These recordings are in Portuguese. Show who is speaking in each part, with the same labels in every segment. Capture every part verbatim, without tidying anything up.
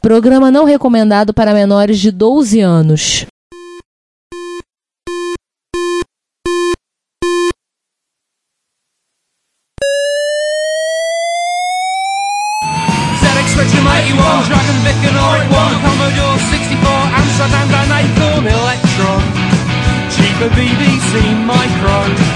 Speaker 1: Programa não recomendado para menores de doze anos.
Speaker 2: eighty-one, Dragon Vic and all it one, Commodore sixty-four, Amsterdam and Acorn Electron, cheaper B B C Micro.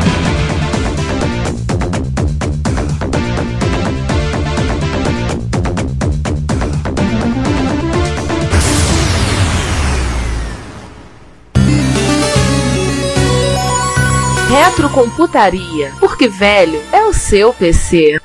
Speaker 3: Retrocomputaria, porque velho é o seu P C.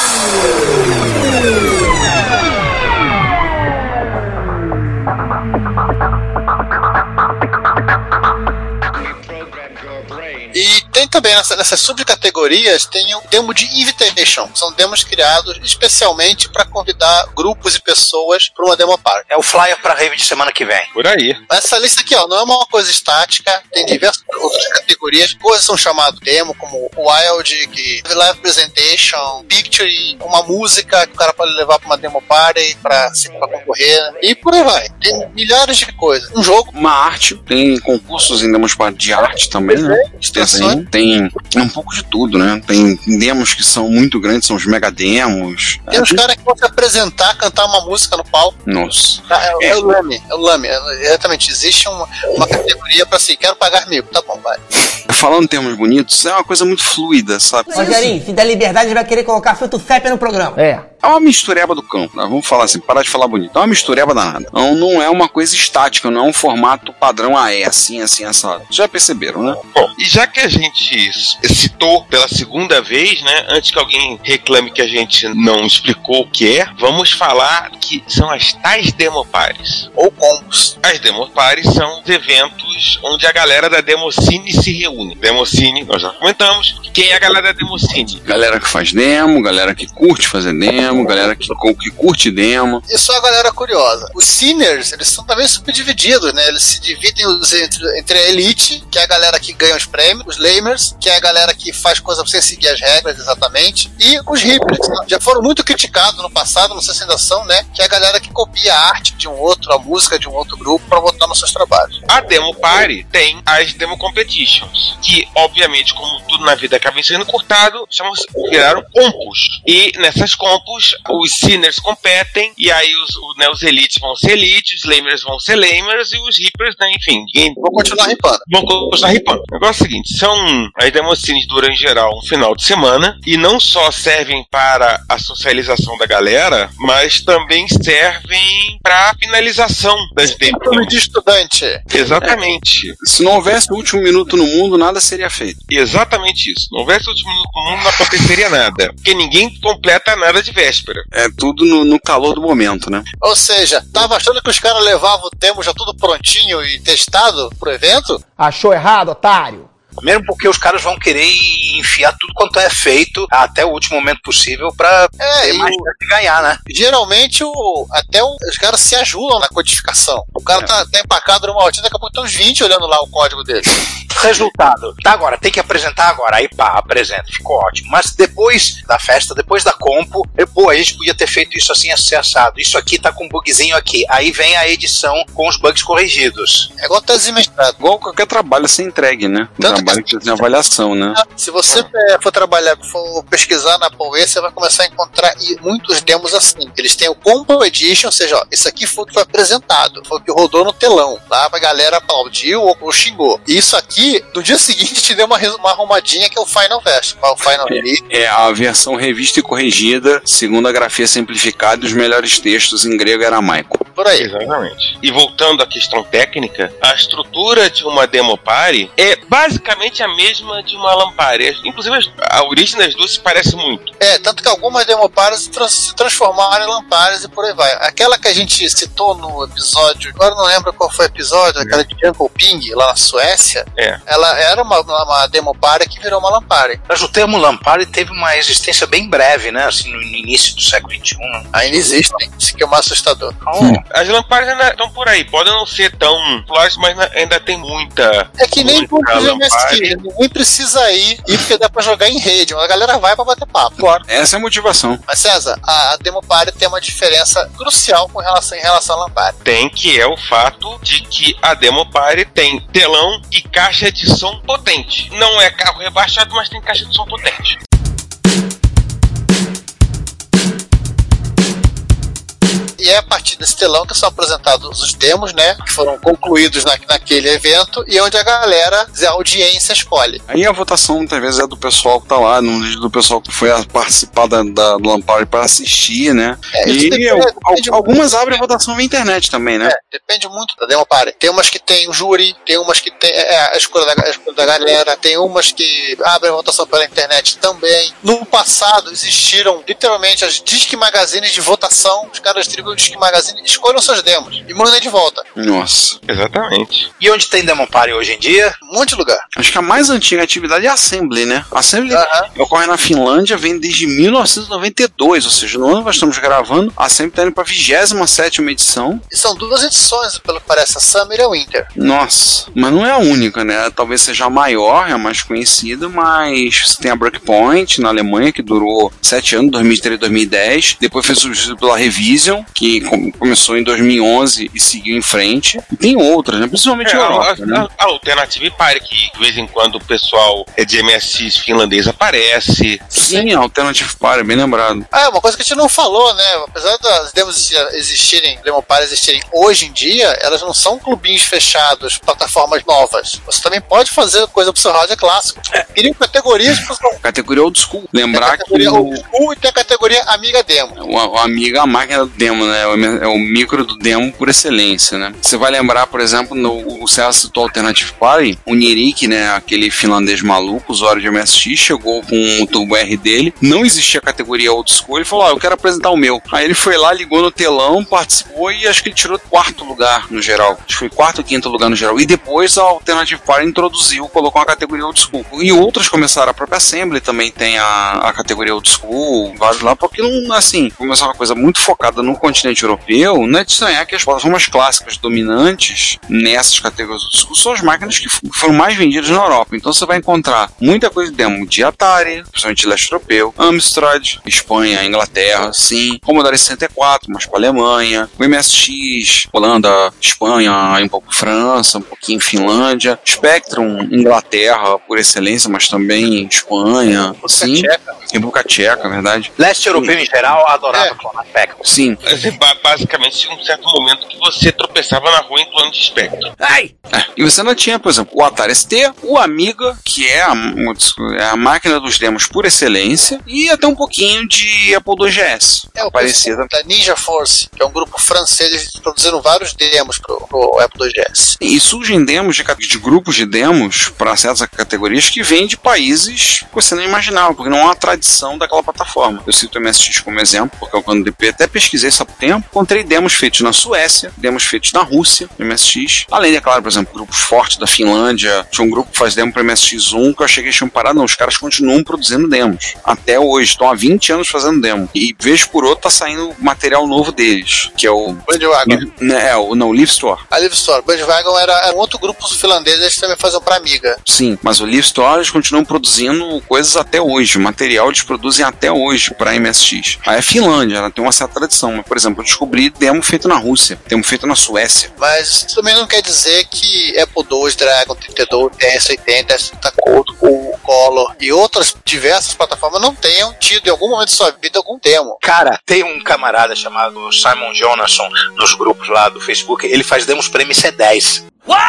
Speaker 4: E tem também nessa, nessas subcategorias tem o demo de invitation, são demos criados especialmente para convidar grupos e pessoas para uma demo party.
Speaker 5: É o flyer para a rave de semana que vem.
Speaker 6: Por aí.
Speaker 4: Essa lista aqui, ó, não é uma coisa estática, tem diversas outras categorias. Coisas são chamadas demo, como Wild, que live presentation, picture, uma música que o cara pode levar para uma demo party para concorrer, e por aí vai. Tem milhares de coisas. Um jogo,
Speaker 7: uma arte, tem concursos em demos party de arte também, né? Desenho, tem um pouco de tudo, né? Tem demos que são muito grandes, são os mega demos.
Speaker 4: Tem uns caras que vão se apresentar, cantar uma música no palco.
Speaker 7: Nossa.
Speaker 4: É, é, é o Lame, é o Lame. Exatamente, existe uma, uma categoria pra assim, quero pagar mil, tá bom, vai.
Speaker 7: Falando em termos bonitos, é uma coisa muito fluida, sabe?
Speaker 8: Rogerinho, se der liberdade, vai querer colocar filtro F E P no programa.
Speaker 7: É. É uma mistureba do campo, né? Vamos falar assim, parar de falar bonito. É uma mistureba danada. Não, não é uma coisa estática, não é um formato padrão, ah, é assim, assim, assado. Já perceberam, né?
Speaker 6: Bom, e já que a gente citou pela segunda vez, né, antes que alguém reclame que a gente não explicou o que é, vamos falar que são as tais demopares.
Speaker 4: Ou combos.
Speaker 6: As demopares são os eventos onde a galera da Democine se reúne. Democine, nós já comentamos. Quem é a galera da Democine?
Speaker 7: Galera que faz demo, galera que curte fazer demo, galera que, que curte demo.
Speaker 4: Isso é a galera curiosa. Os Sinners, eles são também subdivididos, né? Eles se dividem os, entre, entre a Elite, que é a galera que ganha os prêmios, os Lamers, que é a galera que faz coisa sem seguir as regras exatamente, e os Reapers, que já foram muito criticados no passado, não sei se ainda são, né? Que é a galera que copia a arte de um outro, a música de um outro grupo pra botar nos seus trabalhos.
Speaker 6: A Demo Party tem as Demo Competitions, que obviamente, como tudo na vida acaba sendo cortado, chamam, viraram compos. E nessas compos, os Sinners competem, e aí os, o, né, os Elites vão ser Elites, os Lamers vão ser Lamers, e os Reapers, né, enfim, ninguém...
Speaker 4: Vão continuar ripando.
Speaker 6: Vão continuar ripando. O negócio é o seguinte, são... As Democines duram, em geral, um final de semana, e não só servem para a socialização da galera, mas também servem para a finalização das demos.
Speaker 4: de estudante.
Speaker 6: Exatamente.
Speaker 7: É. Se não houvesse o último minuto no mundo, nada seria feito.
Speaker 6: Exatamente isso. Se não houvesse o último minuto no mundo, não aconteceria nada. Porque ninguém completa nada de véspera.
Speaker 7: É tudo no, no calor do momento, né?
Speaker 4: Ou seja, tava achando que os caras levavam o demo já tudo prontinho e testado pro evento?
Speaker 8: Achou errado, otário?
Speaker 5: Mesmo porque os caras vão querer enfiar tudo quanto é feito até o último momento possível pra
Speaker 4: é,
Speaker 5: ter mais chance de ganhar, né?
Speaker 4: Geralmente o, até o, os caras se ajudam na codificação. O cara é. tá, tá empacado numa rotina, daqui a pouco tem uns vinte olhando lá o código dele.
Speaker 5: Resultado. Tá, agora, tem que apresentar agora. Aí pá, apresenta, ficou ótimo. Mas depois da festa, depois da compo, eu, pô, a gente podia ter feito isso assim, assim, assado. Isso aqui tá com um bugzinho aqui. Aí vem a edição com os bugs corrigidos.
Speaker 4: É igual tese de mestrado.
Speaker 7: Igual qualquer trabalho a ser entregue, né?
Speaker 4: Tanto
Speaker 7: trabalho que tem avaliação, né?
Speaker 4: Se você for trabalhar, for pesquisar na Power, você vai começar a encontrar muitos demos assim. Eles têm o Compo Edition, ou seja, ó, isso aqui foi o que foi apresentado, foi o que rodou no telão. Lá a galera aplaudiu ou, ou xingou. E isso aqui, no dia seguinte, te deu uma, uma arrumadinha que é o Final Version. O Final
Speaker 7: é, é a versão revista e corrigida, segundo a grafia simplificada e os melhores textos em grego e aramaico.
Speaker 4: Por aí.
Speaker 6: Exatamente. E voltando à questão técnica, a estrutura de uma demo party é basicamente a mesma de uma LAN party. Inclusive, a origem das duas se parece muito.
Speaker 4: É, tanto que algumas demo parties se transformaram em LAN parties e por aí vai. Aquela que a gente citou no episódio, agora não lembro qual foi o episódio, aquela de Jungle Ping, lá na Suécia,
Speaker 6: é.
Speaker 4: Ela era uma, uma demo party que virou uma LAN party.
Speaker 5: Mas o termo LAN party teve uma existência bem breve, né? Assim, no início do século vinte e um. Né?
Speaker 4: Ainda existem, isso que é o mais assustador.
Speaker 5: Oh.
Speaker 6: As lamparias ainda estão por aí. Podem não ser tão populares, mas ainda tem muita.
Speaker 4: É que nem
Speaker 6: muita
Speaker 4: pro M S T. Ninguém precisa ir, ir porque dá pra jogar em rede. A galera vai pra bater papo.
Speaker 7: Claro. Essa é a motivação.
Speaker 4: Mas César, a, a Demo Party tem uma diferença crucial com relação, em relação à Lampari.
Speaker 6: Tem, que é o fato de que a Demo Party tem telão e caixa de som potente. Não é carro rebaixado, mas tem caixa de som potente.
Speaker 4: E é a partir desse telão que são apresentados os demos, né? Que foram concluídos na, naquele evento e onde a galera, a audiência escolhe.
Speaker 7: Aí a votação muitas vezes é do pessoal que tá lá, não é do pessoal que foi participar da, da, do Lampari para assistir, né? É, e depende, al, depende algumas muito, abrem a votação via internet também, né? É,
Speaker 4: depende muito da Demo Party. Tem umas que tem o júri, tem umas que tem é, a, escolha da, a escolha da galera, tem umas que abrem a votação pela internet também. No passado existiram literalmente as Disc Magazines de votação, os caras distribuem Disc Magazine, escolham seus demos e mandem de volta.
Speaker 7: Nossa.
Speaker 6: Exatamente.
Speaker 5: E onde tem Demo Party hoje em dia?
Speaker 4: Um monte de lugar.
Speaker 7: Acho que a mais antiga atividade é a Assembly, né? A Assembly uh-huh. ocorre na Finlândia, vem desde mil novecentos e noventa e dois, ou seja, no ano que nós estamos gravando, a Assembly está indo para a vigésima sétima edição.
Speaker 4: E são duas edições, pelo que parece, a Summer e a Winter.
Speaker 7: Nossa, mas não é a única, né? Talvez seja a maior, é a mais conhecida, mas você tem a Breakpoint na Alemanha, que durou sete anos, dois mil e três a dois mil e dez. Depois foi substituído pela Revision, que começou em dois mil e onze e seguiu em frente. E tem outras, né? Principalmente
Speaker 6: é,
Speaker 7: a Europa,
Speaker 6: a,
Speaker 7: né?
Speaker 6: A, a Alternative Party, que de vez em quando o pessoal de M S X finlandês aparece.
Speaker 7: Sim, a Alternative Party, bem lembrado.
Speaker 4: Ah, é uma coisa que a gente não falou, né? Apesar das demos existirem, Demo Party existirem hoje em dia, elas não são clubinhos fechados, plataformas novas. Você também pode fazer coisa pro seu rádio clássico. Criam categorias pro seu...
Speaker 7: Categoria Old School. Lembrar
Speaker 4: que o... Old School e tem a categoria Amiga Demo.
Speaker 7: O, o Amiga é a máquina do demo, né? É o micro do demo por excelência, né? Você vai lembrar, por exemplo, no, o César citou Alternative Party, o Nirik, né? Aquele finlandês maluco, usuário de M S X, chegou com o Turbo R dele, não existia a categoria Old School, ele falou, ó, ah, eu quero apresentar o meu. Aí ele foi lá, ligou no telão, participou e acho que ele tirou quarto lugar no geral. Acho que foi quarto ou quinto lugar no geral. E depois a Alternative Party introduziu, colocou a categoria Old School. E outras começaram, a própria Assembly também tem a, a categoria Old School, vários lá, porque não, assim, começou uma coisa muito focada no continente europeu, não é de estranhar que as plataformas clássicas dominantes nessas categorias Old School são as máquinas que foram mais vendidas na Europa. Então você vai encontrar muita coisa de demo de Atari, principalmente leste europeu, Amstrad, Espanha, Inglaterra, sim, Commodore sessenta e quatro, mas para a Alemanha, o M S X, Holanda, Espanha, um pouco França, um pouquinho Finlândia, Spectrum, Inglaterra por excelência, mas também Espanha,
Speaker 4: República
Speaker 7: sim,
Speaker 4: Tcheca.
Speaker 7: República Tcheca, verdade.
Speaker 5: Leste europeu em geral adorava
Speaker 4: É.
Speaker 5: clonar Spectrum.
Speaker 7: Sim.
Speaker 6: Basicamente, tinha um certo momento que você tropeçava na rua em clone de Spectrum.
Speaker 5: Ai!
Speaker 7: É, e você ainda tinha, por exemplo, o Atari S T, o Amiga, que é a, é a máquina dos demos por excelência, e até um pouquinho de Apple dois G S.
Speaker 4: É o
Speaker 7: Parecida.
Speaker 4: da Ninja Force, que é um grupo francês, eles produziram vários demos pro, pro Apple dois G S.
Speaker 7: E surgem demos de, de grupos de demos para certas categorias que vêm de países que você não imaginava, porque não há uma tradição daquela plataforma. Eu cito o M S X como exemplo, porque eu quando D P até pesquisei isso há tempo, encontrei demos feitos na Suécia, demos feitos na Rússia, no M S X, além de, é claro, por exemplo, grupos fortes da Finlândia. Tinha um grupo que faz demo para M S X um que eu achei que eles tinham parado, não, os caras continuam produzindo demos até hoje, estão há vinte anos fazendo demo, e vez por outra tá saindo material novo deles, que é o
Speaker 4: Bandwagon.
Speaker 7: Né, é, o não, o Live Store.
Speaker 4: A Live Store. Bandwagon era, era um outro grupo finlandês, eles também faziam pra Amiga.
Speaker 7: Sim, mas o Live Store eles continuam produzindo coisas até hoje, material eles produzem até hoje para M S X. Aí a Finlândia, ela tem uma certa tradição, mas, por exemplo, eu descobri demo feito na Rússia, demo feito na Suécia.
Speaker 4: Mas isso também não quer dizer que Apple dois, Dragon trinta e dois, T S oitenta, S trinta Cold, o Color e outras diversas plataformas não tenham tido em algum momento de sua vida algum demo.
Speaker 5: Cara, tem um camarada chamado Simon Jonasson nos grupos lá do Facebook, ele faz demos pra M C dez.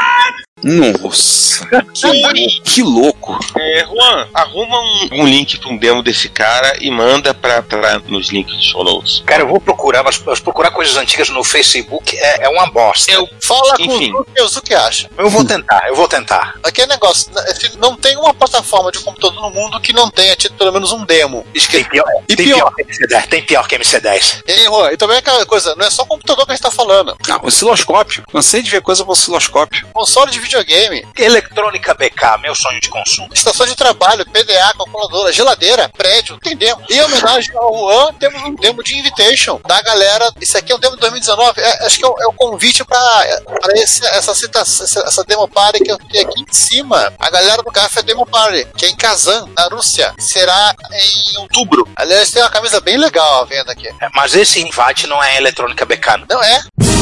Speaker 7: Nossa, que, lou- que louco.
Speaker 6: É, Juan, arruma um, um link pra um demo desse cara e manda pra, pra nos links do show notes.
Speaker 5: Cara, eu vou procurar, mas, mas procurar coisas antigas no Facebook é, é uma bosta.
Speaker 6: Eu,
Speaker 4: Fala
Speaker 6: Enfim.
Speaker 4: com o que o Zuki acha.
Speaker 5: Eu vou tentar, eu vou tentar.
Speaker 4: Aqui é negócio, não tem uma plataforma de computador no mundo que não tenha tido pelo menos um demo
Speaker 5: Tem
Speaker 4: escrito.
Speaker 5: pior,
Speaker 4: E
Speaker 5: tem
Speaker 4: pior.
Speaker 5: pior que M C dez. Tem pior que M C dez.
Speaker 4: E aí, Juan, e também aquela coisa, não é só computador que a gente tá falando.
Speaker 7: Ah, osciloscópio, cansei de ver coisa com osciloscópio.
Speaker 4: Console de videogame,
Speaker 5: Eletrônica B K, meu sonho de consumo.
Speaker 4: estação de trabalho, P D A, calculadora, geladeira, prédio, tem demo. Em homenagem ao Juan, temos um demo de Invitation da galera. Isso aqui é um demo de dois mil e dezenove. É, acho que é o, é o convite pra, pra esse, essa, citação, essa, essa demo party que eu tenho aqui em cima. A galera do Café Demo Party, que é em Kazan, na Rússia. Será em outubro. Aliás, tem uma camisa bem legal à venda aqui.
Speaker 5: É, mas esse invite não é eletrônica B K.
Speaker 4: Não é?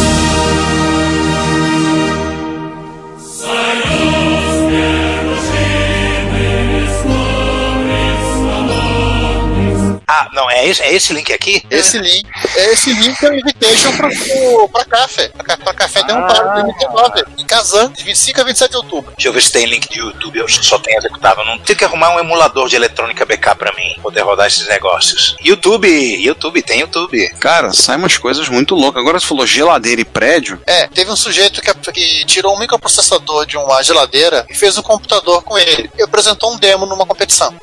Speaker 5: Ah, não, é esse, é esse link aqui?
Speaker 4: Esse link, é esse link é o invitation pra, pro, pra café. Pra, pra café ah. Demo Party dois mil e dezenove, em Kazan, de vinte e cinco a vinte e sete de outubro.
Speaker 5: Deixa eu ver se tem link de YouTube, eu só tenho executável. Não tem que arrumar um emulador de eletrônica B K pra mim, poder rodar esses negócios. YouTube, YouTube, tem YouTube.
Speaker 7: Cara, sai umas coisas muito loucas. Agora você falou geladeira e prédio.
Speaker 4: É, teve um sujeito que, que tirou um microprocessador de uma geladeira e fez um computador com ele. E apresentou um demo numa competição.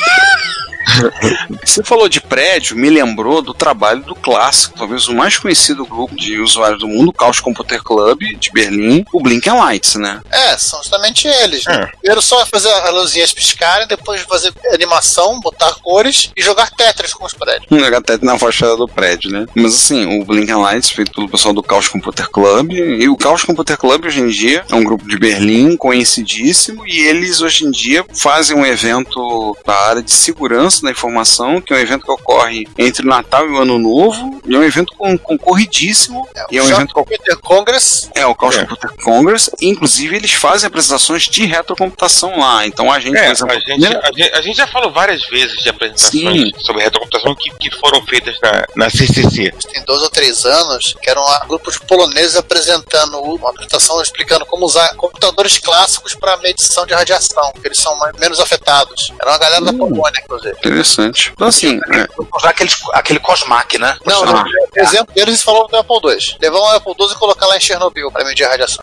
Speaker 7: Você falou de prédio, me lembrou do trabalho do clássico, talvez o mais conhecido grupo de usuários do mundo, o Chaos Computer Club de Berlim, o Blink and Lights, né?
Speaker 4: É, são justamente eles. Né? É. Primeiro só fazer as luzinhas piscarem, depois fazer animação, botar cores e jogar Tetris com os prédios.
Speaker 7: Jogar Tetris na fachada do prédio, né? Mas assim, o Blink and Lights feito pelo pessoal do Chaos Computer Club, e o Chaos Computer Club hoje em dia é um grupo de Berlim conhecidíssimo, e eles hoje em dia fazem um evento da área de segurança da informação, que é um evento que ocorre entre o Natal e o Ano Novo, e é um evento con- concorridíssimo.
Speaker 4: É,
Speaker 7: e é um
Speaker 4: Chaos
Speaker 7: evento
Speaker 4: Computer Congress.
Speaker 7: É, o Chaos é. Computer Congress. E, inclusive, eles fazem apresentações de retrocomputação lá. Então a gente,
Speaker 6: é,
Speaker 7: por exemplo,
Speaker 6: a, gente a, gente, a gente já falou várias vezes de apresentações Sim. sobre retrocomputação que, que foram feitas na, na C C C.
Speaker 4: Tem dois ou três anos que eram um grupos poloneses apresentando uma apresentação explicando como usar computadores clássicos para medição de radiação, que eles são mais, menos afetados. Era uma galera hum. da Polônia, inclusive.
Speaker 7: Interessante. Então, assim, é.
Speaker 5: usar aquele, aquele Cosmac, né?
Speaker 4: Não, não. Ah. O exemplo deles falou do Apple dois. Levar um Apple dois e colocar lá em Chernobyl para medir a radiação.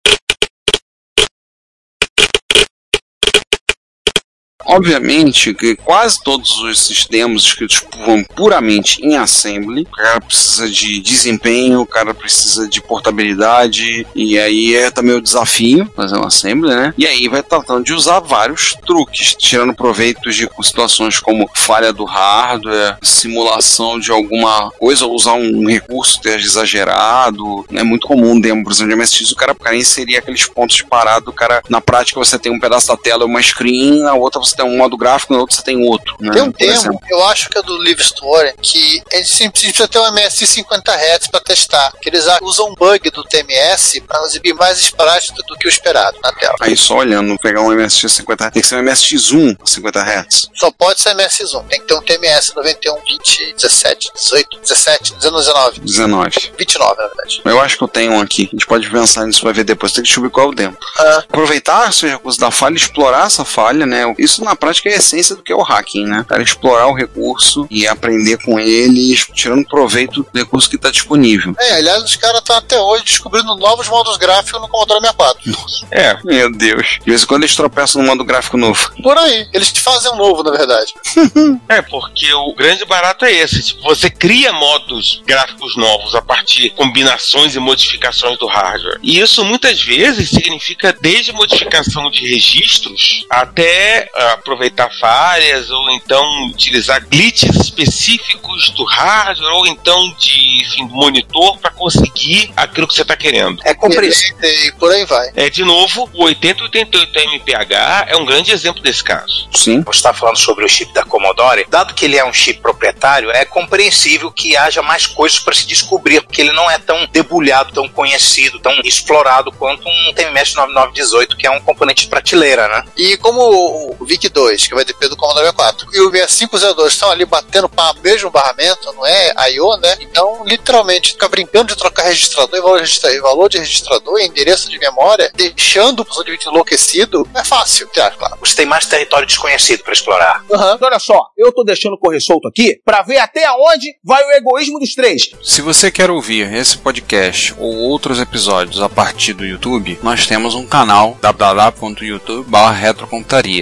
Speaker 7: Obviamente que quase todos esses demos escritos vão puramente em assembly. O cara precisa de desempenho, o cara precisa de portabilidade, e aí é também o desafio fazer um assembly, né? E aí vai tratando de usar vários truques, tirando proveitos de situações como falha do hardware, simulação de alguma coisa, usar um recurso exagerado. É muito comum um demo, por exemplo, de M S X, o cara, o cara inserir aqueles pontos de parada, o cara, na prática você tem um pedaço da tela, uma screen, na outra você tem um modo gráfico, na outra você tem outro. Né?
Speaker 4: Tem um demo, eu acho que é do Live Story, que a gente precisa ter um M S I cinquenta hertz para testar, que eles usam um bug do T M S para exibir mais sprites do que o esperado na tela.
Speaker 7: Aí só olhando, pegar um M S X cinquenta hertz, tem que ser um M S X um cinquenta hertz.
Speaker 4: Só pode ser M S X um, tem que ter um T M S noventa e um, vinte, dezessete, dezoito, dezessete, dezenove.
Speaker 7: dezenove.
Speaker 4: vinte e nove, na verdade.
Speaker 7: Eu acho que eu tenho um aqui. A gente pode pensar nisso, vai ver depois. Tem que descobrir qual é o demo.
Speaker 4: Ah.
Speaker 7: Aproveitar esse recurso da falha, explorar essa falha, né? Isso na prática é a essência do que é o hacking, né? Cara, explorar o recurso e aprender com ele, tirando proveito do recurso que está disponível.
Speaker 4: É, aliás, os caras estão até hoje descobrindo novos modos gráficos no Commodore sessenta e quatro.
Speaker 7: Nossa. É. Meu Deus. De vez em quando eles tropeçam no modo gráfico novo.
Speaker 4: Por aí. Eles te fazem um novo, na verdade.
Speaker 6: É, porque o grande barato é esse. Tipo, você cria modos gráficos novos a partir de combinações e modificações do hardware. E isso muitas vezes significa desde modificação de registros até uh, aproveitar falhas, ou então utilizar glitches específicos do hardware, ou então de, enfim, do monitor para conseguir aquilo que você está querendo.
Speaker 5: É compreensível.
Speaker 4: E por aí vai.
Speaker 6: É, de novo, o oitenta oitenta e oito M P H é um grande exemplo desse caso.
Speaker 7: Sim.
Speaker 5: Você está falando sobre o chip da Commodore. Dado que ele é um chip proprietário, é compreensível que haja mais coisas para se descobrir, porque ele não é tão debulhado, tão conhecido, tão explorado quanto um T M S noventa e nove dezoito, que é um componente de prateleira, né?
Speaker 4: E como o V I C dois, que vai depender do Commodore sessenta e quatro, e o sessenta e cinco zero dois estão ali batendo para o mesmo barramento, não é I O, né? Então, literalmente, ficar brincando de trocar registrador e valor, registrador, e valor de registrador e endereço de memória, deixando o professor de vídeo enlouquecido, é fácil, claro.
Speaker 5: Você tem mais território desconhecido para explorar.
Speaker 8: Uhum. Olha só, eu tô deixando correr solto aqui para ver até onde vai o egoísmo dos três.
Speaker 7: Se você quer ouvir esse podcast ou outros episódios a partir do YouTube, nós temos um canal w w w ponto youtube barra retrocomputaria. Lá tem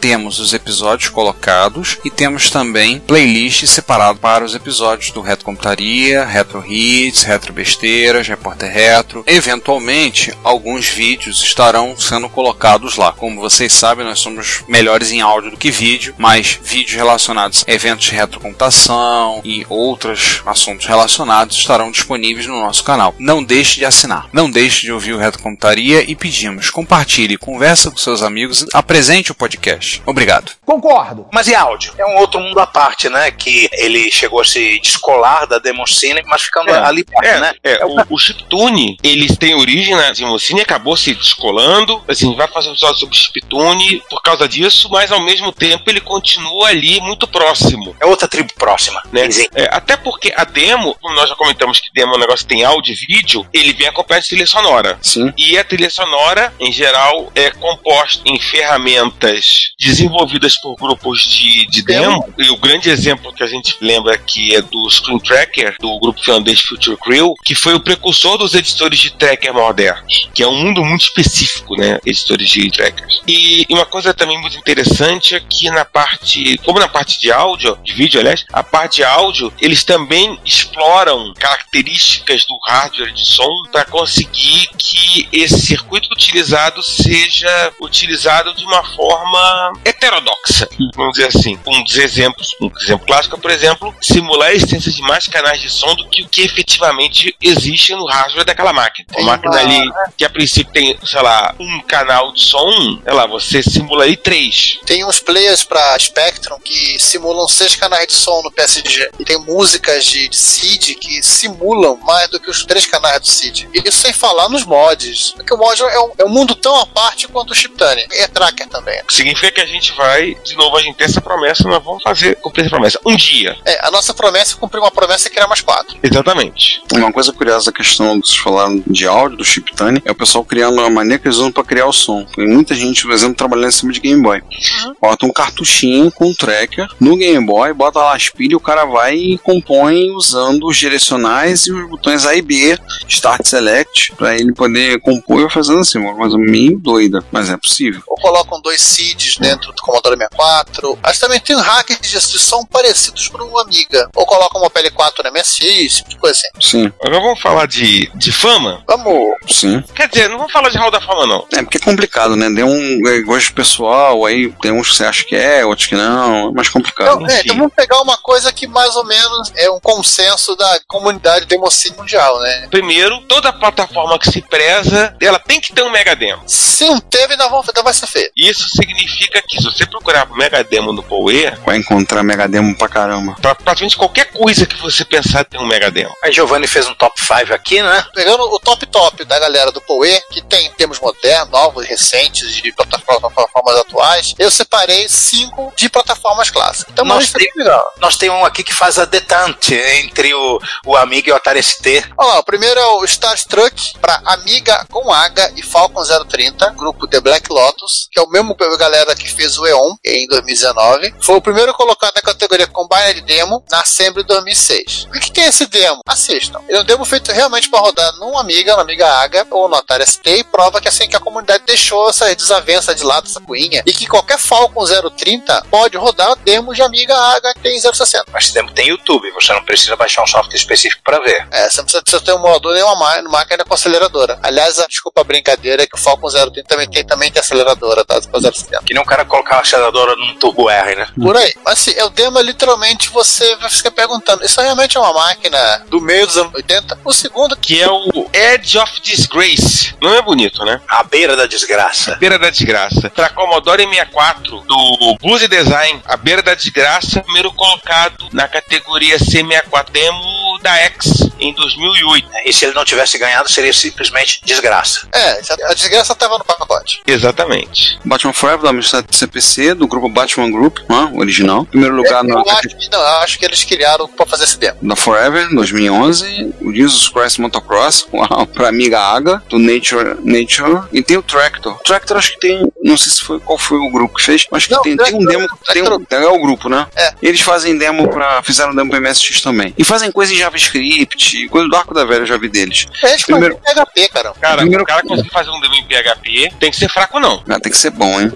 Speaker 7: temos os episódios colocados e temos também playlists separadas para os episódios do Retrocomputaria, Retro Hits, Retro Besteiras, Repórter Retro. Eventualmente, alguns vídeos estarão sendo colocados lá. Como vocês sabem, nós somos melhores em áudio do que vídeo, mas vídeos relacionados a eventos de retrocomputação e outros assuntos relacionados estarão disponíveis no nosso canal. Não deixe de assinar, não deixe de ouvir o Retrocomputaria e pedimos, compartilhe, conversa com seus amigos, apresente o podcast. Obrigado.
Speaker 8: Concordo.
Speaker 5: Mas e áudio? É um outro mundo à parte, né? Que ele chegou a se descolar da Demoscene, mas ficando
Speaker 6: É,
Speaker 5: ali perto,
Speaker 6: é,
Speaker 5: né?
Speaker 6: é, o, o chiptune, ele tem origem na Demoscene e acabou se descolando. Assim, vai fazer um episódio sobre chiptune por causa disso, mas ao mesmo tempo ele continua ali muito próximo.
Speaker 5: É outra tribo próxima,
Speaker 6: Né?
Speaker 5: Sim.
Speaker 6: É, até porque a demo, como nós já comentamos que demo é um negócio que tem áudio e vídeo, ele vem acompanhado de trilha sonora.
Speaker 7: Sim.
Speaker 6: E a trilha sonora, em geral, é composta em ferramentas desenvolvidas por grupos de, de demo. E o grande exemplo que a gente lembra aqui é do Screen Tracker, do grupo finlandês Future Crew, que foi o precursor dos editores de tracker modernos, que é um mundo muito específico, né? Editores de trackers. E, e uma coisa também muito interessante é que na parte, como na parte de áudio, de vídeo, aliás, a parte de áudio, eles também exploram características do hardware de som para conseguir que esse circuito utilizado seja utilizado de uma forma heterodoxa, vamos dizer assim. Um dos exemplos, um exemplo clássico é, por exemplo, simular a existência de mais canais de som do que o que efetivamente existe no hardware daquela máquina. Uma
Speaker 4: Tem
Speaker 6: máquina
Speaker 4: uma-
Speaker 6: ali que a princípio tem, sei lá, um canal de som, sei lá, você simula aí três.
Speaker 4: Tem uns players pra Spectrum que simulam seis canais de som no P S G. E tem músicas de C I D que simulam mais do que os três canais do C I D. Isso sem falar nos mods. Porque o mod é um, é um mundo tão à parte quanto o Chiptune. É tracker também.
Speaker 6: Significa que a gente vai, de novo, a gente tem essa promessa, nós vamos fazer, cumprir essa promessa. Um dia.
Speaker 4: É, a nossa promessa é cumprir uma promessa e criar mais quatro.
Speaker 6: Exatamente.
Speaker 7: Uma coisa curiosa da questão que vocês falaram de áudio, do chiptune, é o pessoal criando a maneira que eles usam pra criar o som. Tem muita gente, por exemplo, trabalhando em cima de Game Boy.
Speaker 4: Uhum.
Speaker 7: Bota um cartuchinho com um tracker no Game Boy, bota lá as pilhas e o cara vai e compõe usando os direcionais e os botões A e B, Start Select, pra ele poder compor e fazendo assim, uma coisa meio doida, mas é possível.
Speaker 4: Ou colocam dois C I Ds dentro do Commodore sessenta e quatro. Mas também tem hackers de de som parecidos para um Amiga. Ou colocam uma P L quatro no M S X, esse tipo de coisa assim.
Speaker 7: Sim,
Speaker 6: Agora vamos falar de, de fama?
Speaker 4: Vamos.
Speaker 7: sim.
Speaker 6: Quer dizer, não vamos falar de Hall da Fama, não.
Speaker 7: É porque é complicado, né? Deu um é, gosto pessoal, aí tem uns que você acha que é, outros que não, é mais complicado.
Speaker 4: Então, é, então vamos pegar uma coisa que mais ou menos é um consenso da comunidade Demoscene mundial, né?
Speaker 6: Primeiro, toda plataforma que se preza, ela tem que ter um Mega Demo.
Speaker 4: Se não teve, ainda, vão, ainda vai ser feito.
Speaker 6: Isso significa que se você procurar por Mega Demo no Power,
Speaker 7: Vai encontrar Mega Demo pra caramba.
Speaker 6: pra praticamente qualquer coisa que você pensar tem um Mega Demo.
Speaker 5: A Giovanni fez um top cinco aqui, né?
Speaker 4: Pegando o top top da galera do Power, que tem termos modernos, novos, recentes, de plataformas, plataformas atuais, eu separei cinco de plataformas clássicas. Então,
Speaker 5: Nós
Speaker 4: mas isso é
Speaker 5: tem-
Speaker 4: legal.
Speaker 5: Nós temos um aqui que faz a detente entre o, o Amiga e o Atari S T.
Speaker 4: Olha lá, o primeiro é o Star Trek para Amiga com H e Falcon zero trinta, grupo The Black Lotus, que é o mesmo galera que fez o Eon em dois mil e dezenove. Foi o primeiro colocado na categoria Combined Demo na Assembly dois mil e seis. O que tem esse demo? Assistam. Ele é um demo feito realmente para rodar num Amiga, no Amiga H ou no Atari S T, e prova que assim que a comunidade deixou essa desavença de lado, essa coinha, e que qualquer Falcon zero trinta pode rodar demos de Amiga H que tem zero sessenta.
Speaker 5: Mas esse demo tem YouTube, você não precisa baixar um software específico para ver.
Speaker 4: É, você não precisa, precisa ter um emulador nem uma má- máquina com aceleradora. Aliás, a, desculpa a brincadeira, é que o Falcon zero trinta também tem, também tem aceleradora, tá? Com zero sessenta.
Speaker 5: Que nem o cara colocar a aceleradora num Turbo R, né?
Speaker 4: Por aí. Mas assim, é o demo, é literalmente você vai ficar perguntando, isso realmente é uma máquina do meio dos anos oitenta? O segundo,
Speaker 6: Que é o Edge of Disgrace. Não é bonito, né?
Speaker 5: À beira da desgraça.
Speaker 6: Beira da Desgraça. Para Commodore sessenta e quatro, do Blues Design, a Beira da Desgraça, primeiro colocado na categoria C sessenta e quatro Demo da X em dois mil e oito.
Speaker 5: E se ele não tivesse ganhado, seria simplesmente desgraça.
Speaker 4: é, a desgraça tava no pacote.
Speaker 6: Exatamente.
Speaker 7: Batman Forever, da Amstrad C P C, do grupo Batman Group, né, original. Primeiro lugar
Speaker 4: eu,
Speaker 7: na
Speaker 4: acho que, não, eu acho que eles criaram pra fazer esse demo.
Speaker 7: da Forever, dois mil e onze, o Jesus Christ Motocross, uau, pra Amiga Aga, do Nature, Nature, e tem o Tractor. O Tractor acho que tem, não sei se foi qual foi o grupo que fez, mas que
Speaker 4: Não,
Speaker 7: tem, tem um
Speaker 4: Tractor-
Speaker 7: demo, tem um, é o grupo, né?
Speaker 4: É.
Speaker 7: Eles fazem demo pra, fizeram demo pra M S X também. E fazem coisa em JavaScript, coisa do Arco da Velha eu já vi deles.
Speaker 4: Eles
Speaker 7: Primeiro-
Speaker 4: fazem P H P, cara.
Speaker 6: Cara,
Speaker 7: Primeiro-
Speaker 6: o cara conseguir fazer um demo em P H P tem que ser fraco, não.
Speaker 7: Ah, tem que ser bom, hein? Primeiro colocado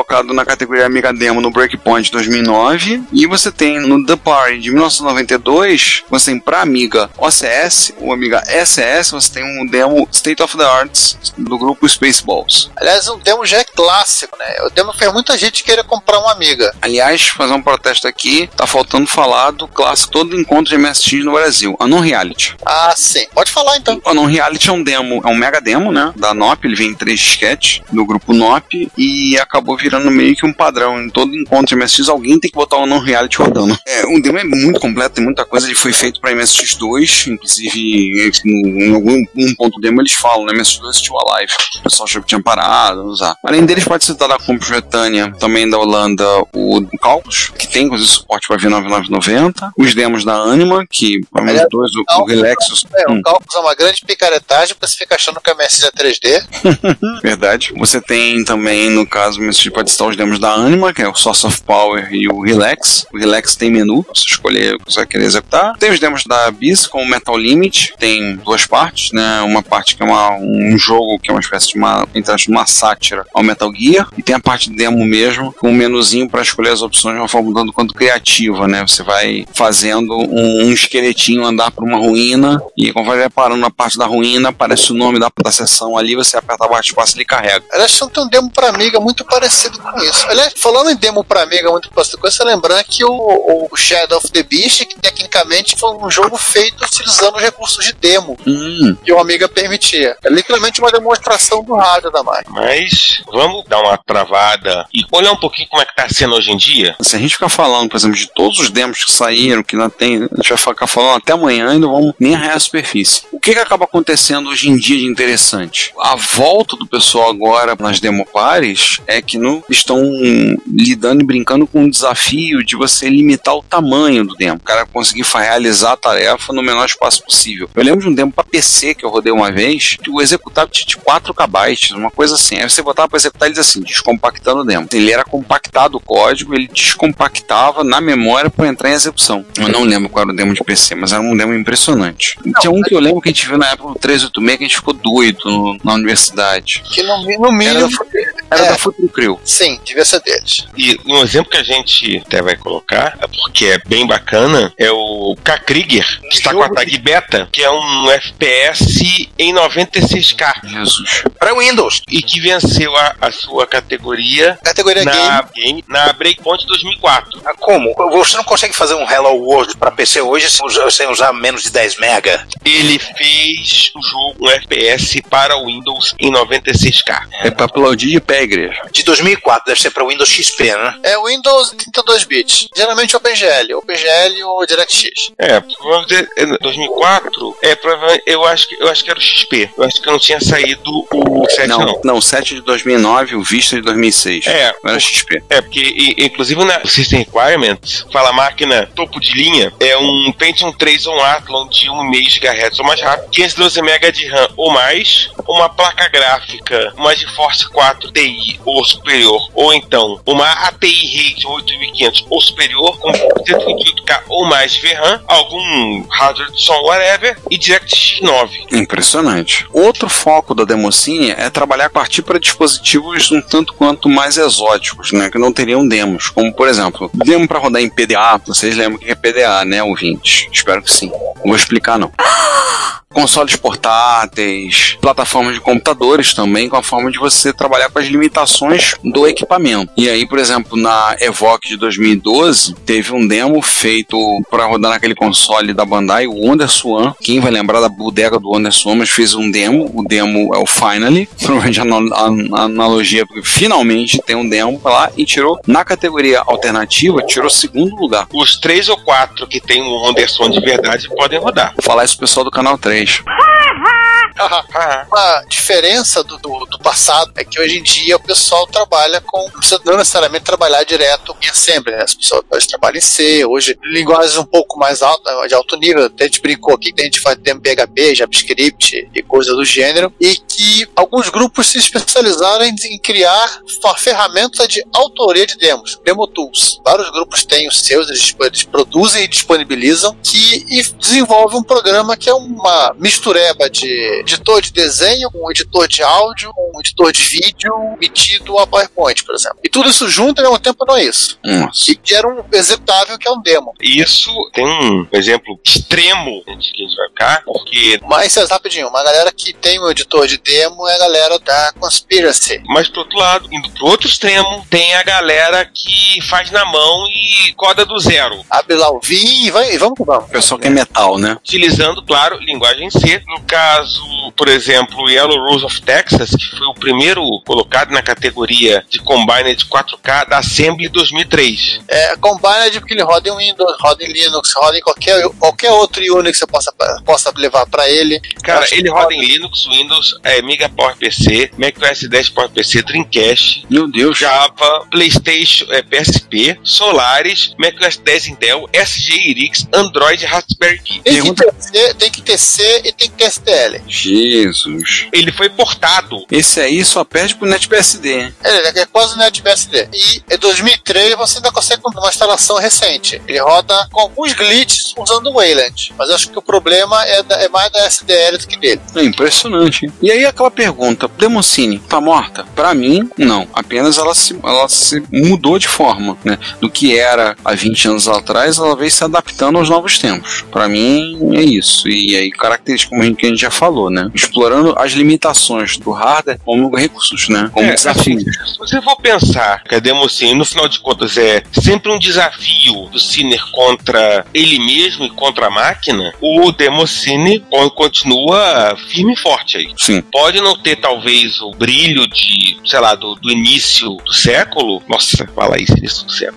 Speaker 7: colocado na categoria Amiga Demo no Breakpoint dois mil e nove. E você tem no The Party de mil novecentos e noventa e dois, você tem pra Amiga O C S, ou Amiga S S, você tem um demo State of the Arts do grupo Spaceballs.
Speaker 4: Aliás, o demo já é clássico, né? O demo fez muita gente querer comprar uma Amiga.
Speaker 7: Aliás, fazer um protesto aqui, tá faltando falar do clássico todo encontro de M S X no Brasil, a Non-Reality.
Speaker 4: Ah, sim. Pode falar então.
Speaker 7: A Non-Reality é um demo, é um mega demo, né? Da N O P, ele vem em três disquetes do grupo N O P e acabou virando meio que um padrão. Em todo encontro de M S X, alguém tem que botar o Non-Reality rodando. É, o demo é muito completo, tem muita coisa. Ele foi feito para M S X dois, inclusive em algum um ponto demo eles falam, né? M S X dois Still Alive. O pessoal achou que tinha parado, usar. Além deles, pode citar da Computania, também da Holanda, o, o Calcus, que tem inclusive suporte para V nove mil novecentos e noventa. Os demos da Anima, que para os dois, o, o Relaxus.
Speaker 4: É, hum. O Calcus é uma grande picaretagem porque você fica achando que a M S X é três D.
Speaker 7: Verdade. Você tem também, no caso, M S X pode citar os demos da Anima, que é o Source of Power e o Relax. O Relax tem menu, você escolher o que você vai querer executar. Tem os demos da Abyss com o Metal Limit, tem duas partes, né? Uma parte que é uma, um jogo que é uma espécie de uma, uma sátira ao Metal Gear, e tem a parte de demo mesmo, com um menuzinho para escolher as opções de uma forma tanto quanto criativa, né? Você vai fazendo um, um esqueletinho andar por uma ruína, e conforme vai parando na parte da ruína, aparece o nome da, da seção ali, você aperta a barra de espaço e ele carrega.
Speaker 4: Aliás, tem um demo para Amiga muito parecido com isso. Aliás, falando em demo para Amiga muito parecido com isso, você lembrando que o, o Shadow of the Beast, que tecnicamente foi um jogo feito utilizando os recursos de demo
Speaker 7: hum.
Speaker 4: que o Amiga permitia. É literalmente uma demonstração do rádio da máquina.
Speaker 6: Mas vamos dar uma travada e olhar um pouquinho como é que tá sendo hoje em dia.
Speaker 7: Se a gente ficar falando, por exemplo, de todos os demos que saíram, que não tem, a gente vai ficar falando até amanhã e não vamos nem arranhar a superfície. O que que acaba acontecendo hoje em dia de interessante? A volta do pessoal agora nas demopares é que não estão lidando e brincando com o desafio de você limitar o tamanho do demo. O cara conseguir realizar a tarefa no menor espaço possível. Eu lembro de um demo para P C que eu rodei uma vez, que o executável tinha de quatro kilobytes, uma coisa assim. Aí você botava para executar, ele diz assim, descompactando o demo. Ele era compactado o código, ele descompactava na memória para entrar em execução. Eu não lembro qual era o demo de P C, mas era um demo impressionante. Não, tinha um que eu lembro que a gente viu na época do trezentos e oitenta e seis, que a gente ficou doido no, na universidade.
Speaker 4: Que no, no mínimo...
Speaker 7: Era, era
Speaker 4: é,
Speaker 7: da Future Crew.
Speaker 4: Sim, devia ser deles.
Speaker 6: E um exemplo que a gente até vai colocar, porque é bem bacana, é o K. Krieger, que está com a tag beta, que é um F P S em noventa e seis K.
Speaker 7: Jesus.
Speaker 5: Para Windows.
Speaker 6: E que venceu a, a sua categoria,
Speaker 4: categoria
Speaker 6: na,
Speaker 4: game.
Speaker 6: game na Breakpoint dois mil e quatro.
Speaker 5: Ah, como? Você não consegue fazer um Hello World para P C hoje sem usar, sem usar menos de dez mega?
Speaker 6: Ele fez um jogo, um F P S para o Windows em noventa e seis K.
Speaker 7: É para aplaudir de pé, igreja.
Speaker 5: De dois mil e quatro, deve ser para Windows X P, né?
Speaker 4: É Windows trinta e dois bits. Geralmente OpenGL. OpenGL ou DirectX.
Speaker 6: É, vamos dizer, dois mil e quatro, é, provavelmente, eu acho que eu acho que era o X P. Eu acho que não tinha saído o sete, não.
Speaker 7: Não, não o sete de dois mil e nove, o Vista de dois mil e seis.
Speaker 6: É,
Speaker 7: não era X P.
Speaker 6: É, porque e, inclusive na System Requirements, fala máquina topo de linha, é um Pentium três ou um Athlon de um vírgula cinco gigahertz ou mais rápido, quinhentos e doze megabytes de RAM ou mais, uma placa gráfica, uma GeForce quatro T I ou superior, ou então uma A T I Radeon oito mil e quinhentos ou superior, com cento e vinte e oito K ou mais de V RAM, algum hardware de som, whatever, e DirectX nove.
Speaker 7: Impressionante. Outro foco da Demoscene é trabalhar a partir para dispositivos um tanto quanto mais exóticos, né, que não teriam demos, como por exemplo, demo para rodar em P D A. Vocês lembram o que é P D A, né, ouvintes? Espero que sim. Não vou explicar não. Consoles portáteis, plataformas de computadores também, com a forma de você trabalhar com as limitações do equipamento. E aí, por exemplo, na Evoque de dois mil e doze, teve um demo feito para rodar naquele console da Bandai, o WonderSwan. Quem vai lembrar da bodega do WonderSwan, mas fez um demo. O demo é o Finally, provavelmente a, a, a analogia, porque finalmente tem um demo pra lá e tirou, na categoria alternativa, tirou segundo lugar.
Speaker 6: Os três ou quatro que tem um WonderSwan de verdade podem rodar.
Speaker 7: Vou falar isso pro pessoal do canal três.
Speaker 4: Uma diferença do, do, do passado é que hoje em dia o pessoal trabalha com, não precisa não necessariamente trabalhar direto em assembly, né? As pessoas hoje trabalham em C, hoje linguagens um pouco mais alta, de alto nível. Até a gente brincou aqui que a gente faz demo P H P, JavaScript e coisas do gênero, e que E alguns grupos se especializaram em, em criar uma ferramenta de autoria de demos, Demo Tools. Vários grupos têm os seus, eles, eles produzem e disponibilizam, que e desenvolvem um programa que é uma mistureba de editor de desenho, um editor de áudio, um editor de vídeo, metido a PowerPoint, por exemplo. E tudo isso junto ao mesmo tempo não é isso.
Speaker 7: Nossa.
Speaker 4: E gera um executável que é um demo.
Speaker 6: Isso tem um exemplo extremo que a gente vai ficar, porque...
Speaker 4: Mas, rapidinho, uma galera que tem um editor de demo é a galera da Conspiracy.
Speaker 6: Mas, pro outro lado, indo pro outro extremo, tem a galera que faz na mão e coda do zero.
Speaker 4: Abre lá o vinho e, vai, e vamos que vamos.
Speaker 7: O pessoal que é metal, né?
Speaker 6: Utilizando, claro, linguagem C. No caso, por exemplo, Yellow Rose of Texas, que foi o primeiro colocado na categoria de Combined quatro K da Assembly dois mil e três.
Speaker 4: É, Combined porque ele roda em Windows, roda em Linux, roda em qualquer, qualquer outro Unix que você possa, possa levar pra ele.
Speaker 6: Cara, ele roda, roda em Linux, Windows, é, Amiga PowerPC, macOS dez PowerPC, Dreamcast,
Speaker 7: meu Deus,
Speaker 6: Java, PlayStation, é, P S P, Solaris, macOS dez Intel, S G Irix, Android, Raspberry Pi.
Speaker 4: Tem que, ter C, tem que ter C e tem que ter S T L.
Speaker 7: Jesus.
Speaker 6: Ele foi portado.
Speaker 7: Esse aí só perde pro NetBSD, hein?
Speaker 4: É, é quase o NetBSD. E em dois mil e três você ainda consegue uma instalação recente. Ele roda com alguns glitches usando o Wayland. Mas eu acho que o problema é, da, é mais da S D L do que dele.
Speaker 7: É impressionante, hein? E aí aquela pergunta, Demoscene tá morta? Pra mim, não. Apenas ela se, ela se mudou de forma, né? Do que era há vinte anos atrás, ela veio se adaptando aos novos tempos. Pra mim, é isso. E aí, características como a gente, que a gente já falou, né? Explorando as limitações do hardware como recursos, né? Como
Speaker 6: é,
Speaker 7: desafios.
Speaker 6: Assim, se você for pensar que a Demoscene, no final de contas, é sempre um desafio do Sinner contra ele mesmo e contra a máquina, o Demoscene continua firme e forte aí.
Speaker 7: Sim.
Speaker 6: Pode não ter, talvez, o brilho de, sei lá, do, do início do século. Nossa, fala isso, início do século.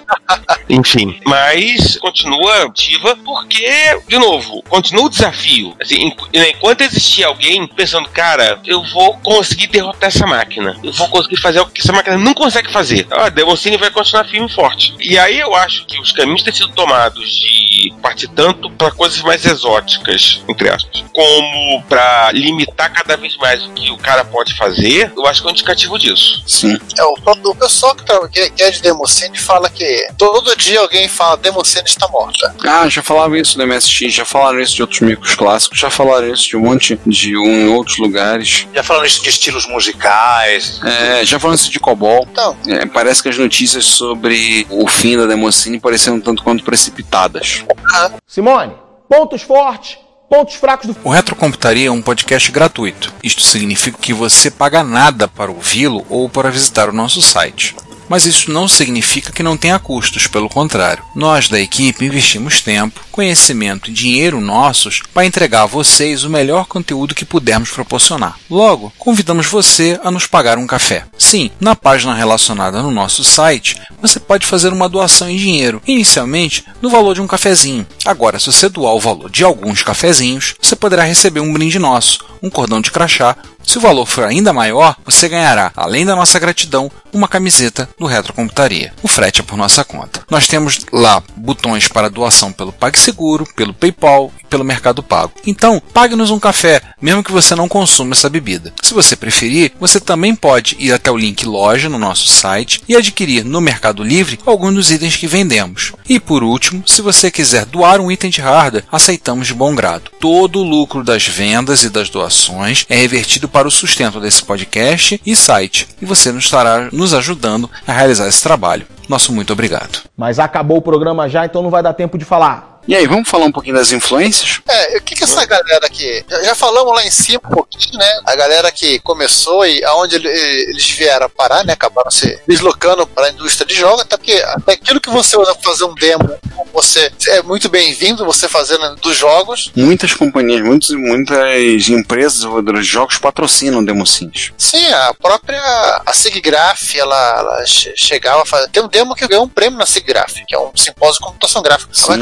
Speaker 6: Enfim, mas continua ativa porque, de novo, continua o desafio. Assim, enquanto existir alguém pensando, cara, eu vou conseguir derrotar essa máquina, eu vou conseguir fazer o que essa máquina não consegue fazer, a Demoscene vai continuar firme e forte. E aí eu acho que os caminhos têm sido tomados de partir tanto para coisas mais exóticas, entre aspas, como para limitar cada vez mais o que o cara pode fazer. Eu acho que é um indicativo disso.
Speaker 7: Sim.
Speaker 4: É, o, o pessoal que, tá, que, que é de Demoscene fala que todo dia alguém fala Demoscene está morta.
Speaker 7: Ah, já falaram isso do M S X, já falaram isso de outros micros clássicos, já falaram isso de um monte de um em outros lugares.
Speaker 5: Já falaram isso de estilos musicais.
Speaker 7: É, já falaram isso de COBOL.
Speaker 4: Então.
Speaker 7: É, parece que as notícias sobre o fim da Demoscene pareceram tanto quanto precipitadas.
Speaker 4: Ah.
Speaker 8: Simone, pontos fortes, pontos fracos do...
Speaker 9: O Retrocomputaria é um podcast gratuito. Isto significa que você paga nada para ouvi-lo ou para visitar o nosso site. Mas isso não significa que não tenha custos, pelo contrário. Nós da equipe investimos tempo, conhecimento e dinheiro nossos para entregar a vocês o melhor conteúdo que pudermos proporcionar. Logo, convidamos você a nos pagar um café. Sim, na página relacionada no nosso site, você pode fazer uma doação em dinheiro, inicialmente no valor de um cafezinho. Agora, se você doar o valor de alguns cafezinhos, você poderá receber um brinde nosso, um cordão de crachá. Se o valor for ainda maior, você ganhará, além da nossa gratidão, uma camiseta do Retrocomputaria. O frete é por nossa conta. Nós temos lá botões para doação pelo PagSeguro, pelo PayPal e pelo Mercado Pago. Então, pague-nos um café, mesmo que você não consuma essa bebida. Se você preferir, você também pode ir até o link loja no nosso site e adquirir no Mercado Livre alguns dos itens que vendemos. E por último, se você quiser doar um item de hardware, aceitamos de bom grado. Todo o lucro das vendas e das doações é revertido para o sustento desse podcast e site, e você nos estará nos ajudando a realizar esse trabalho. Nosso muito obrigado.
Speaker 8: Mas acabou o programa já, então não vai dar tempo de falar.
Speaker 7: E aí, vamos falar um pouquinho das influências?
Speaker 4: É, o que que essa galera aqui... Já, já falamos lá em cima um pouquinho, né? A galera que começou e aonde ele, eles vieram parar, né? Acabaram se deslocando para a indústria de jogos, até porque até aquilo que você usa para fazer um demo, você é muito bem-vindo, você fazendo dos jogos.
Speaker 7: Muitas companhias, muitas, muitas empresas desenvolvedoras de jogos patrocinam o Demoscene.
Speaker 4: Sim, a própria a SIGGRAPH, ela, ela chegava a fazer... Tem um demo que ganhou um prêmio na SIGGRAPH, que é um simpósio de computação gráfica.
Speaker 7: Sim.
Speaker 4: A Microsoft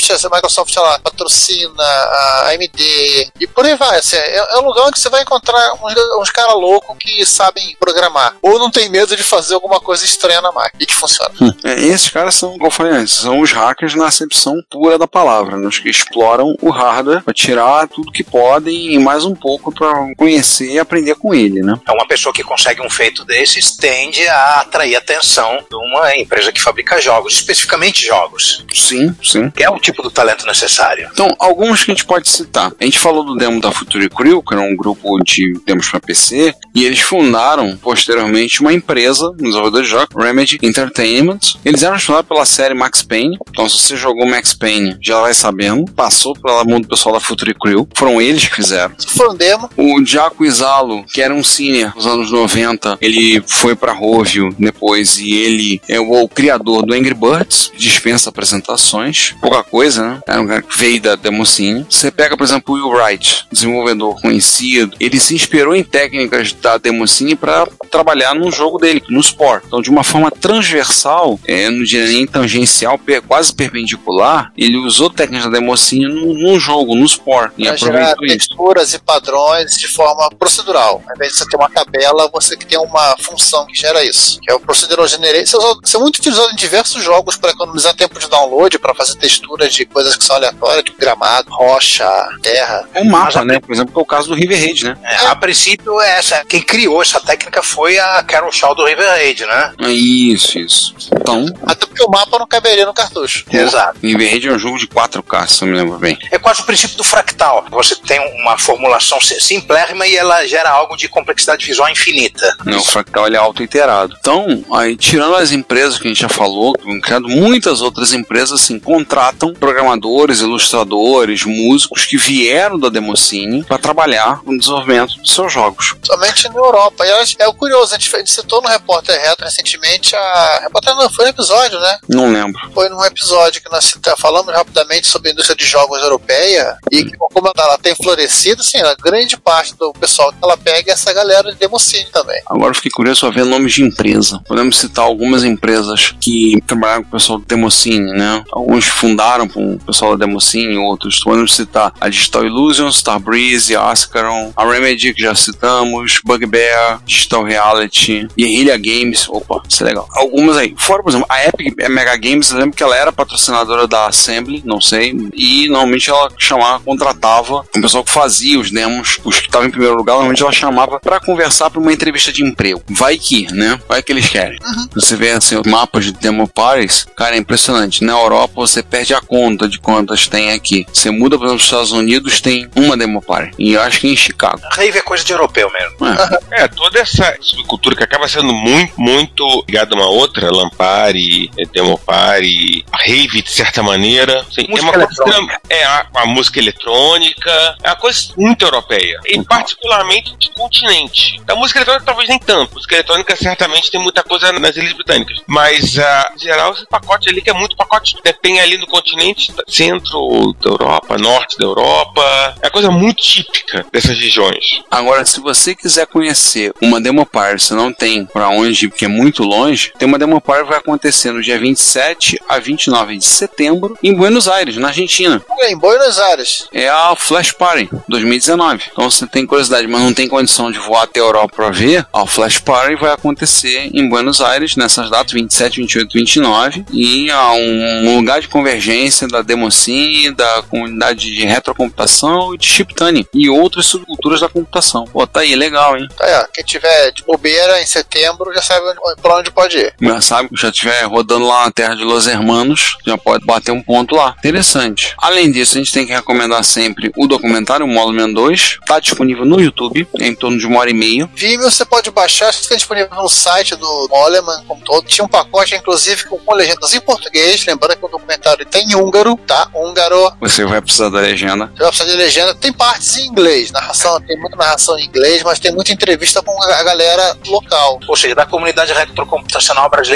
Speaker 4: Microsoft, a Microsoft ela patrocina a A M D e por aí vai. Assim, é, é um lugar onde você vai encontrar uns, uns caras loucos que sabem programar ou não tem medo de fazer alguma coisa estranha na máquina e que funciona.
Speaker 7: Hum. É, esses caras são, como eu falei antes, são os hackers na acepção pura da palavra, né? Os que exploram o hardware para tirar tudo que podem e mais um pouco para conhecer e aprender com ele, né?
Speaker 5: É uma pessoa que consegue um feito desses tende a atrair a atenção de uma empresa que fabrica jogos, especificamente jogos.
Speaker 7: Sim, sim.
Speaker 5: Que é o tipo do talento necessário.
Speaker 7: Então, alguns que a gente pode citar. A gente falou do demo da Future Crew, que era um grupo de demos para P C, e eles fundaram posteriormente uma empresa, um desenvolvedor de jogos, Remedy Entertainment. Eles eram responsáveis pela série Max Payne. Então, se você jogou Max Payne, já vai sabendo. Passou pela mão do pessoal da Future Crew. Foram eles que fizeram.
Speaker 4: Foi um demo.
Speaker 7: O Jaco Izalo, que era um senior nos anos noventa, ele foi pra Rovio depois e ele é o, o criador do Angry Birds, dispensa apresentações, pouca coisa, né? Era um cara que veio da Demoscene. Você pega, por exemplo, o Will Wright, desenvolvedor conhecido, ele se inspirou em técnicas da Demoscene para trabalhar no jogo dele, no Spore. Então, de uma forma transversal, é, não diria nem tangencial, quase perpendicular, ele usou técnicas da Demoscene no, no jogo, no Spore, e
Speaker 4: pra
Speaker 7: aproveitou
Speaker 4: gerar
Speaker 7: isso.
Speaker 4: texturas e padrões de forma procedural. Ao invés de você ter uma tabela, você que tem uma função que gera isso, que é o Procedural Generation. Isso é muito utilizado em diversos jogos para economizar tempo de download, para fazer texturas de coisas que são aleatórias, tipo gramado, rocha, terra.
Speaker 7: Um mapa, né? Por exemplo, que é o caso do River Raid, né?
Speaker 5: É, a princípio, essa, quem criou essa técnica foi a Carol Shaw do River Raid, né?
Speaker 7: Isso, isso. Então...
Speaker 4: Até porque o mapa não caberia no cartucho.
Speaker 5: Exato.
Speaker 7: River Raid é um jogo de quatro K, se eu me lembro bem.
Speaker 5: É quase o princípio do fractal. Você tem uma formulação simplérrima e ela gera algo de complexidade visual infinita.
Speaker 7: Não, o fractal ele é auto-iterado. Então, aí, tirando as empresas que a gente já falou, que vão criando muitas outras empresas, assim, contratam programadores, ilustradores, músicos que vieram da Demoscene para trabalhar no desenvolvimento dos seus jogos.
Speaker 4: Somente na Europa. E é o curioso, a gente, a gente citou no Repórter Retro recentemente, a Repórter não, foi um episódio, né?
Speaker 7: Não lembro.
Speaker 4: Foi num episódio que nós cita, falamos rapidamente sobre a indústria de jogos europeia e que, como ela tem florescido, assim, a grande parte do pessoal que ela pega é essa galera de Demoscene também.
Speaker 7: Agora eu fiquei curioso para ver nomes de empresa. Podemos citar algumas empresas que trabalharam com o pessoal da Demoscene, né? Alguns fundaram com o pessoal da Demoscene, outros. Podemos citar a Digital Illusions, Starbreeze, Ascaron, a Remedy, que já citamos, Bugbear, Digital Reality, Guerrilla Games. Opa, isso é legal. Algumas aí. Fora, por exemplo, a Epic Mega Games, eu lembro que ela era patrocinadora da Assembly, não sei, e normalmente ela chamava, contratava o pessoal que fazia os demos, os que estavam em primeiro lugar, normalmente ela chamava pra conversar pra uma entrevista de emprego. Vai que, né? Vai que eles querem. Uhum. Você vê assim, os mapas de demo parties, cara, é impressionante. Na Europa você perde a conta de quantas tem aqui. Você muda para os Estados Unidos, tem uma demo party. E eu acho que em Chicago.
Speaker 5: Rave é coisa de europeu mesmo.
Speaker 6: É, é toda essa subcultura que acaba sendo muito, muito ligada a uma outra, Lampari, Demo Party, a Rave de certa maneira. Sim, é uma coisa, é a, a música eletrônica, é uma coisa muito europeia. E uhum. particularmente de continente. A música eletrônica talvez nem tanto. A música eletrônica certamente tem muita coisa nas ilhas britânicas. Mas, uh, em geral, esse pacote ali que é muito pacote, né, tem ali no continente centro da Europa, norte da Europa. É uma coisa muito típica dessas regiões.
Speaker 7: Agora, se você quiser conhecer uma demo party, você não tem pra onde, porque é muito longe, tem uma demo party que vai acontecer no dia vinte e sete a vinte e nove de setembro em Buenos Aires, na Argentina.
Speaker 4: É, em Buenos Aires.
Speaker 7: É a Flash Party dois mil e dezenove. Então, você tem curiosidade, mas não tem condição de voar até a Europa pra ver, a Flash Party vai acontecer em Buenos Aires nessas datas, vinte e sete, vinte e oito, vinte e nove, e é um lugar de convergência da Demoscene, da comunidade de retrocomputação e de chiptune e outras subculturas da computação. Pô, tá aí, legal, hein?
Speaker 4: Tá aí, quem tiver de bobeira em setembro já sabe onde, pra onde pode ir.
Speaker 7: Já sabe, já estiver rodando lá na terra de Los Hermanos, já pode bater um ponto lá. Interessante. Além disso, a gente tem que recomendar sempre o documentário, o Moleman dois, tá disponível no YouTube, em torno de uma hora e meia.
Speaker 4: Vimeo você pode baixar, fica disponível no site do Moleman como todo. Tinha um pacote, inclusive, com, com legendas em português, lembrando que o documentário tem em húngaro, tá? Húngaro.
Speaker 7: Você vai precisar da legenda.
Speaker 4: Você vai precisar de legenda. Tem partes em inglês, narração, tem muita narração em inglês, mas tem muita entrevista com a galera local.
Speaker 5: Ou seja, da comunidade retrocomputacional brasileira, só o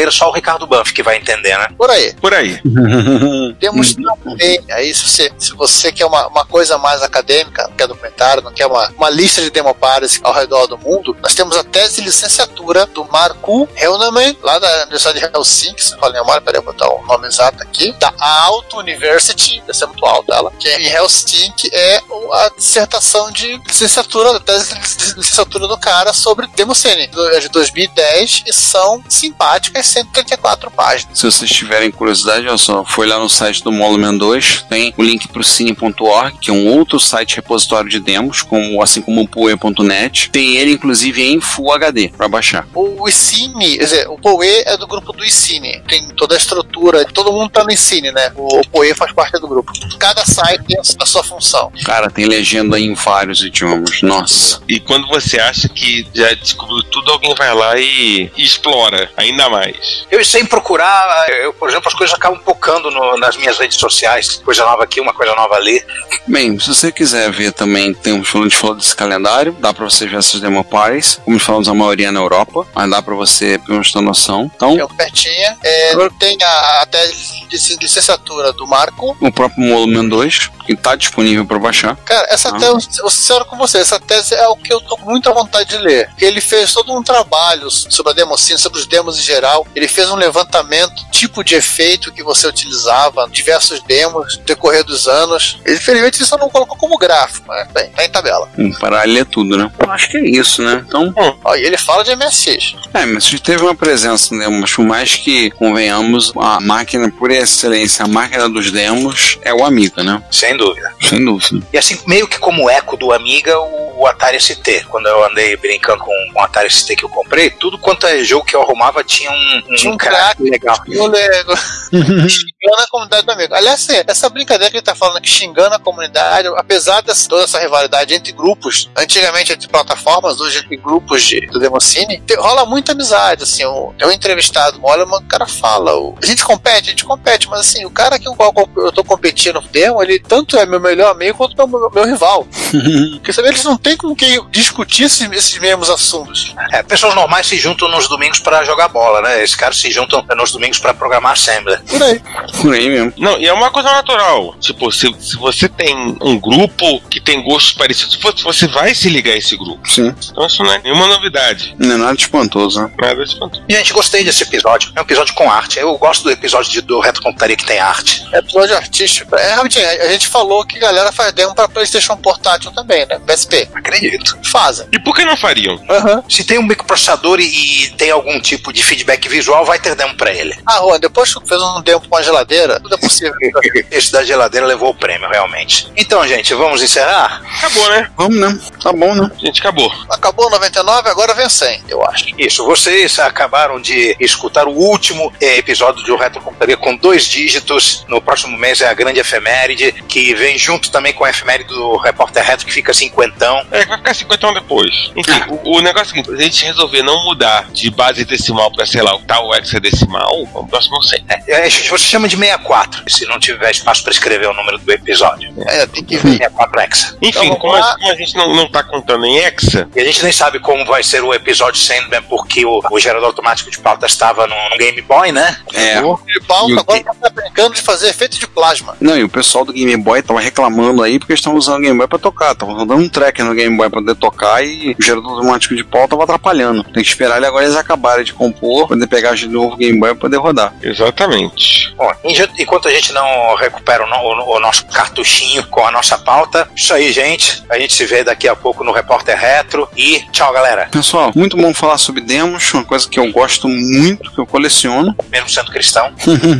Speaker 5: Ricardo Banff que vai entender, né?
Speaker 4: Por aí.
Speaker 6: Por aí.
Speaker 4: Temos também, aí se você, se você quer uma, uma coisa mais acadêmica, não quer documentário, não quer uma, uma lista de demopares ao redor do mundo, nós temos a tese de licenciatura do Markku Helnemann, lá da Universidade de Helsinki, se não falo memória, peraí, eu vou botar o nome exato aqui, da Aalto University, deve ser muito alto ela, que é em Helsinki, é a dissertação de licenciatura, a tese de licenciatura do cara sobre Demoscene, é de dois mil e dez, e são simpáticas cento e trinta e quatro páginas.
Speaker 7: Se vocês tiverem curiosidade, olha só, foi lá no site do Monument dois, tem o link pro cine ponto org, que é um outro site repositório de demos, como, assim como o poe ponto net. Tem ele, inclusive, em Full H D, pra baixar.
Speaker 4: O iCine, quer dizer, o Poe é do grupo do iCine, tem toda a estrutura, todo mundo tá no iCine, né? O, o Poe faz parte do grupo. Cada site tem a sua função.
Speaker 7: Cara, tem legenda em vários idiomas, nossa.
Speaker 6: E quando você acha que já descobriu tudo, alguém vai lá e, e explora ainda mais.
Speaker 5: Eu sem procurar, eu, por exemplo, as coisas acabam pocando no, nas minhas redes sociais, coisa nova aqui, uma coisa nova ali.
Speaker 7: Bem, se você quiser ver também, tem um filme de falou desse calendário, dá pra você ver essas demo parties, como falamos a maioria na Europa, mas dá pra você pelo menos ter noção. Então,
Speaker 4: é pertinho. É, tem a, a tese de licenciatura do Marco.
Speaker 7: O próprio Monument dois, que tá disponível pra baixar.
Speaker 4: Cara, essa
Speaker 7: ah.
Speaker 4: tese, eu vou ser sincero com você, essa tese é o que eu tô com muita vontade de ler. Ele fez todo um trabalho sobre a Demoscene, sobre os demos em geral. Ele fez um levantamento, tipo de efeito que você utilizava, diversos demos no decorrer dos anos. Ele, infelizmente, ele só não colocou como gráfico, mas bem, tá em tabela.
Speaker 7: Hum, para ler tudo, né? Eu acho que é isso, né? Então.
Speaker 4: Hum, ó, e ele fala de M S X.
Speaker 7: É, M S X teve uma presença, né? Mas por mais que convenhamos, a máquina por excelência, a máquina dos demos é o Amiga, né?
Speaker 5: Sem dúvida.
Speaker 7: Sem dúvida.
Speaker 5: E assim, meio que como eco do Amiga, o, o Atari S T. Quando eu andei brincando com o Atari S T que eu comprei, tudo quanto é jogo que eu arrumava tinha um, um,
Speaker 4: tinha um
Speaker 5: crack legal.
Speaker 4: Eu lego. Xingando a comunidade do Amiga. Aliás, assim, essa brincadeira que ele tá falando aqui, xingando a comunidade, apesar de toda essa rivalidade entre grupos, antigamente entre plataformas, hoje entre grupos de, do Demoscene, rola muita amizade, assim, eu, eu entrevistado, olha, o cara fala, o, a gente compete, a gente compete, mas assim, o cara com o qual eu tô competindo no demo, ele tanto é meu melhor amigo quanto meu, meu, meu rival. Porque sabe, eles não tem com quem discutir esses, esses mesmos assuntos.
Speaker 5: É, pessoas normais se juntam nos domingos pra jogar bola, né? Esses caras se juntam nos domingos pra programar Assembler.
Speaker 4: Por aí.
Speaker 7: Por aí mesmo.
Speaker 6: Não, e é uma coisa natural. Tipo, se, se você tem um grupo que tem gostos parecidos, você vai se ligar a esse grupo.
Speaker 7: Sim.
Speaker 6: Então isso não é nenhuma novidade.
Speaker 7: Não é nada de espantoso, né?
Speaker 6: Nada de espantoso.
Speaker 5: Gente, gostei desse episódio. É um episódio com arte. Eu gosto do episódio de, do Retrocomputaria que tem arte.
Speaker 4: É episódio artístico. É, rapidinho, a gente falou que a galera faz demo pra PlayStation Portátil também, né? P S P.
Speaker 5: Acredito.
Speaker 4: Fazem.
Speaker 6: E por que não fariam?
Speaker 4: Uhum.
Speaker 5: Se tem um microprocessador e, e tem algum tipo de feedback visual, vai ter demo pra ele.
Speaker 4: Ah, Juan, depois que fez um demo com a geladeira, tudo é possível.
Speaker 5: Esse da geladeira levou o prêmio, realmente. Então, gente, vamos encerrar?
Speaker 6: Acabou, né?
Speaker 7: Vamos, né? Tá bom, né?
Speaker 6: Gente, acabou.
Speaker 4: Acabou noventa e nove, agora vem cem, eu acho.
Speaker 5: Isso, vocês acabaram de escutar o último eh, episódio de O Retrocomputaria com dois dígitos. No próximo mês é a grande efeméride, que vem junto também com a efeméride do Repórter Retro, que fica cinquentão.
Speaker 6: É, vai ficar cinquentão depois. Enfim, ah. o, o negócio é o seguinte, se a gente resolver não mudar de base decimal pra, sei lá, o tal hexadecimal, o próximo cem.
Speaker 5: É, é, você chama de sessenta e quatro, se não tiver espaço pra escrever o número do episódio.
Speaker 4: É, tem que ver.
Speaker 5: sessenta e quatro hexa.
Speaker 6: Enfim, então, como, a, como a gente não, não tá contando em hexa...
Speaker 5: E a gente nem sabe como vai ser o episódio cem, porque o, o gerador automático de pauta estava no, no Game Boy, né?
Speaker 7: É.
Speaker 4: O de pauta agora tá brincando de fazer efeito de plasma.
Speaker 7: Não, e o pessoal do Game Boy tava reclamando aí porque eles estavam usando o Game Boy pra tocar. Estavam dando um tracker no Game Boy pra poder tocar e o gerador automático de pauta tava atrapalhando. Tem que esperar ele agora eles acabarem de compor, poder pegar de novo o Game Boy pra poder rodar.
Speaker 6: Exatamente.
Speaker 5: Bom, enquanto a gente não recupera o, o, o nosso cartuchinho com a nossa pauta, isso aí, gente. A gente se vê daqui a pouco no Repórter Retro e tchau, galera.
Speaker 7: Pessoal, muito bom falar sobre demos, uma coisa que eu gosto muito, que eu coleciono.
Speaker 5: Mesmo sendo cristão.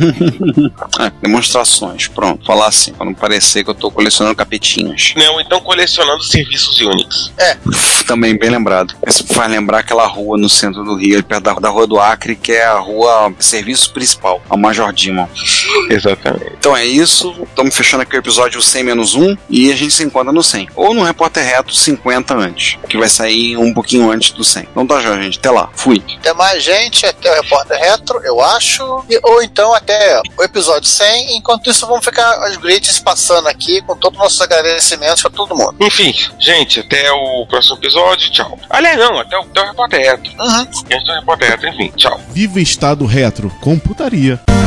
Speaker 7: É, demonstrações, pronto. Falar assim, pra não parecer que eu tô colecionando capetinhas.
Speaker 6: Não, então colecionando serviços Unix.
Speaker 4: É.
Speaker 7: Também bem lembrado. Isso faz lembrar aquela rua no centro do Rio, perto da, da Rua do Acre, que é a rua serviço principal, a Major Dimon.
Speaker 6: Exatamente.
Speaker 7: Então é isso, estamos fechando aqui o episódio cem menos um e a gente se encontra no cem. Ou no Repórter Retro cinquenta antes, que vai sair um pouquinho antes do cem. Então tá, já, gente. Até lá. Fui.
Speaker 4: Até mais, gente. Até o Repórter Retro, eu acho. E, ou então até o episódio cem. Enquanto isso, vamos ficar as greats passando aqui com todos os nossos agradecimentos pra todo mundo.
Speaker 6: Enfim, gente, gente. Até o próximo episódio. Tchau. Aliás, não. Até o, até o repórter retro.
Speaker 4: Uhum.
Speaker 6: Até o repórter retro. Enfim, tchau.
Speaker 10: Viva Estado Retro. Computaria.